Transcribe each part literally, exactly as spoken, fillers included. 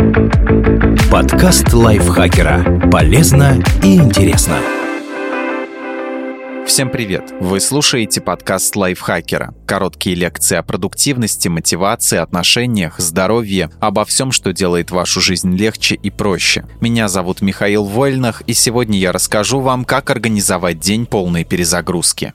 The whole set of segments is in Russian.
Подкаст лайфхакера. Полезно и интересно. Всем привет! Вы слушаете подкаст лайфхакера. Короткие лекции о продуктивности, мотивации, отношениях, здоровье, обо всем, что делает вашу жизнь легче и проще. Меня зовут Михаил Вольнах, и сегодня я расскажу вам, как организовать день полной перезагрузки.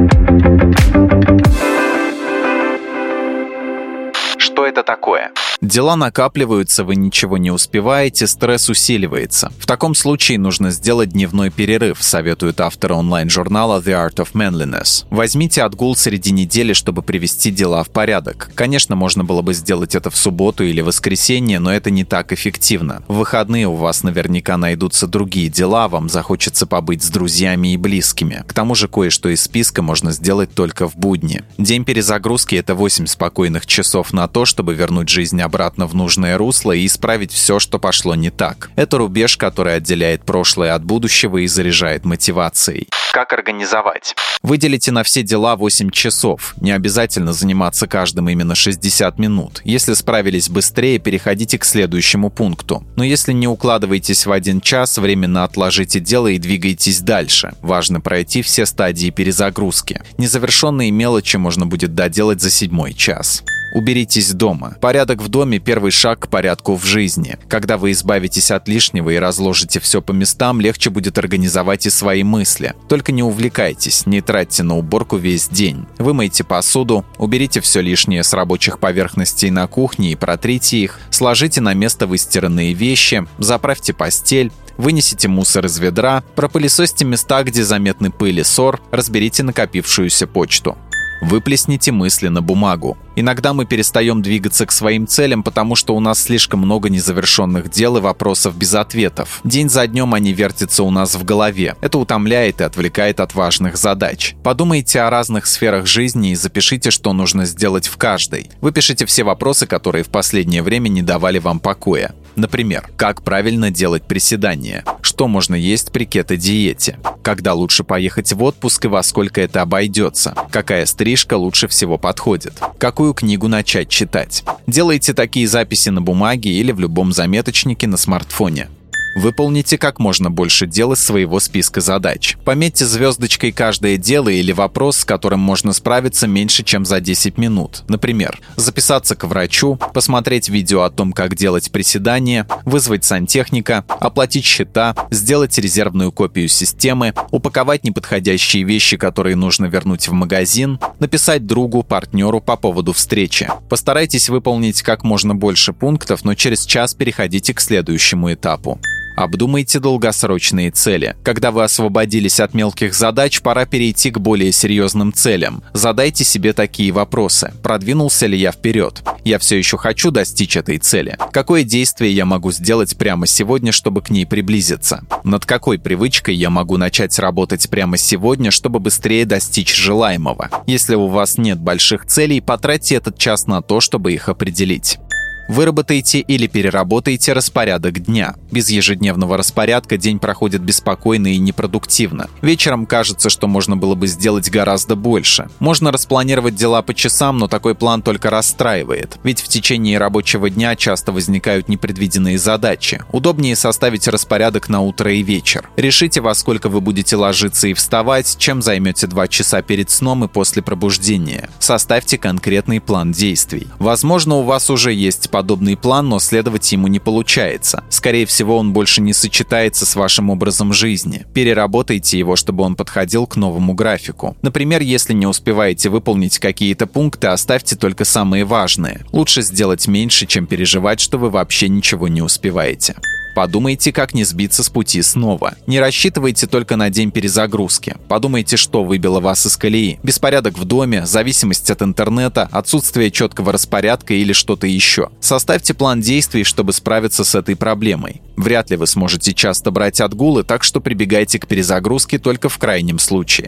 Что это такое? Дела накапливаются, вы ничего не успеваете, стресс усиливается. В таком случае нужно сделать дневной перерыв, советует автор онлайн-журнала The Art of Manliness. Возьмите отгул среди недели, чтобы привести дела в порядок. Конечно, можно было бы сделать это в субботу или воскресенье, но это не так эффективно. В выходные у вас наверняка найдутся другие дела, вам захочется побыть с друзьями и близкими. К тому же кое-что из списка можно сделать только в будни. День перезагрузки – это восемь спокойных часов на то, чтобы вернуть жизнь обратно в нужное русло и исправить все, что пошло не так. Это рубеж, который отделяет прошлое от будущего и заряжает мотивацией. Как организовать? Выделите на все дела восемь часов. Не обязательно заниматься каждым именно шестьдесят минут. Если справились быстрее, переходите к следующему пункту. Но если не укладываетесь в один час, временно отложите дело и двигайтесь дальше. Важно пройти все стадии перезагрузки. Незавершенные мелочи можно будет доделать за седьмой час. Уберитесь дома. Порядок в доме – первый шаг к порядку в жизни. Когда вы избавитесь от лишнего и разложите все по местам, легче будет организовать и свои мысли. Только не увлекайтесь, не тратьте на уборку весь день. Вымойте посуду, уберите все лишнее с рабочих поверхностей на кухне и протрите их, сложите на место выстиранные вещи, заправьте постель, вынесите мусор из ведра, пропылесосьте места, где заметны пыль и ссор, разберите накопившуюся почту. Выплесните мысли на бумагу. Иногда мы перестаем двигаться к своим целям, потому что у нас слишком много незавершенных дел и вопросов без ответов. День за днем они вертятся у нас в голове. Это утомляет и отвлекает от важных задач. Подумайте о разных сферах жизни и запишите, что нужно сделать в каждой. Выпишите все вопросы, которые в последнее время не давали вам покоя. Например, как правильно делать приседания? Что можно есть при кето-диете? Когда лучше поехать в отпуск и во сколько это обойдется? Какая стрижка лучше всего подходит? Какую книгу начать читать? Делайте такие записи на бумаге или в любом заметочнике на смартфоне. Выполните как можно больше дел из своего списка задач. Пометьте звездочкой каждое дело или вопрос, с которым можно справиться меньше, чем за десять минут. Например, записаться к врачу, посмотреть видео о том, как делать приседания, вызвать сантехника, оплатить счета, сделать резервную копию системы, упаковать неподходящие вещи, которые нужно вернуть в магазин, написать другу, партнеру по поводу встречи. Постарайтесь выполнить как можно больше пунктов, но через час переходите к следующему этапу. Обдумайте долгосрочные цели. Когда вы освободились от мелких задач, пора перейти к более серьезным целям. Задайте себе такие вопросы. Продвинулся ли я вперед? Я все еще хочу достичь этой цели. Какое действие я могу сделать прямо сегодня, чтобы к ней приблизиться? Над какой привычкой я могу начать работать прямо сегодня, чтобы быстрее достичь желаемого? Если у вас нет больших целей, потратьте этот час на то, чтобы их определить. Выработайте или переработайте распорядок дня. Без ежедневного распорядка день проходит беспокойно и непродуктивно. Вечером кажется, что можно было бы сделать гораздо больше. Можно распланировать дела по часам, но такой план только расстраивает. Ведь в течение рабочего дня часто возникают непредвиденные задачи. Удобнее составить распорядок на утро и вечер. Решите, во сколько вы будете ложиться и вставать, чем займете два часа перед сном и после пробуждения. Составьте конкретный план действий. Возможно, у вас уже есть подобный план, но следовать ему не получается. Скорее всего, он больше не сочетается с вашим образом жизни. Переработайте его, чтобы он подходил к новому графику. Например, если не успеваете выполнить какие-то пункты, оставьте только самые важные. Лучше сделать меньше, чем переживать, что вы вообще ничего не успеваете. Подумайте, как не сбиться с пути снова. Не рассчитывайте только на день перезагрузки. Подумайте, что выбило вас из колеи. Беспорядок в доме, зависимость от интернета, отсутствие четкого распорядка или что-то еще. Составьте план действий, чтобы справиться с этой проблемой. Вряд ли вы сможете часто брать отгулы, так что прибегайте к перезагрузке только в крайнем случае.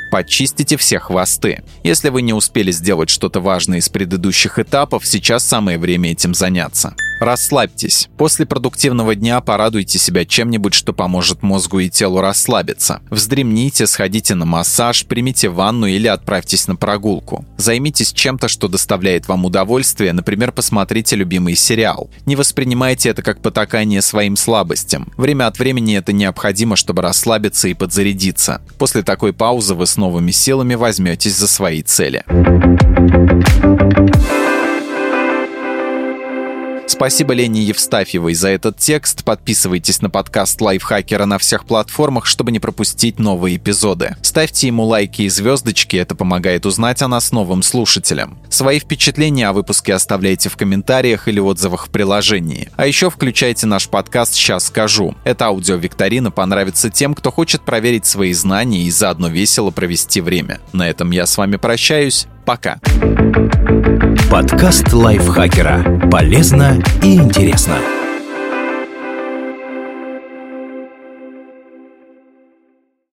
Почистите все хвосты. Если вы не успели сделать что-то важное из предыдущих этапов, сейчас самое время этим заняться. Расслабьтесь. После продуктивного дня порадуйте себя чем-нибудь, что поможет мозгу и телу расслабиться. Вздремните, сходите на массаж, примите ванну или отправьтесь на прогулку. Займитесь чем-то, что доставляет вам удовольствие, например, посмотрите любимый сериал. Не воспринимайте это как потакание своим слабостям. Время от времени это необходимо, чтобы расслабиться и подзарядиться. После такой паузы вы с новыми силами возьметесь за свои цели. Спасибо Лене Евстафьевой за этот текст. Подписывайтесь на подкаст Лайфхакера на всех платформах, чтобы не пропустить новые эпизоды. Ставьте ему лайки и звездочки, это помогает узнать о нас новым слушателям. Свои впечатления о выпуске оставляйте в комментариях или отзывах в приложении. А еще включайте наш подкаст «Сейчас скажу». Эта аудиовикторина понравится тем, кто хочет проверить свои знания и заодно весело провести время. На этом я с вами прощаюсь. Пока. Подкаст Лайфхакера. Полезно и интересно.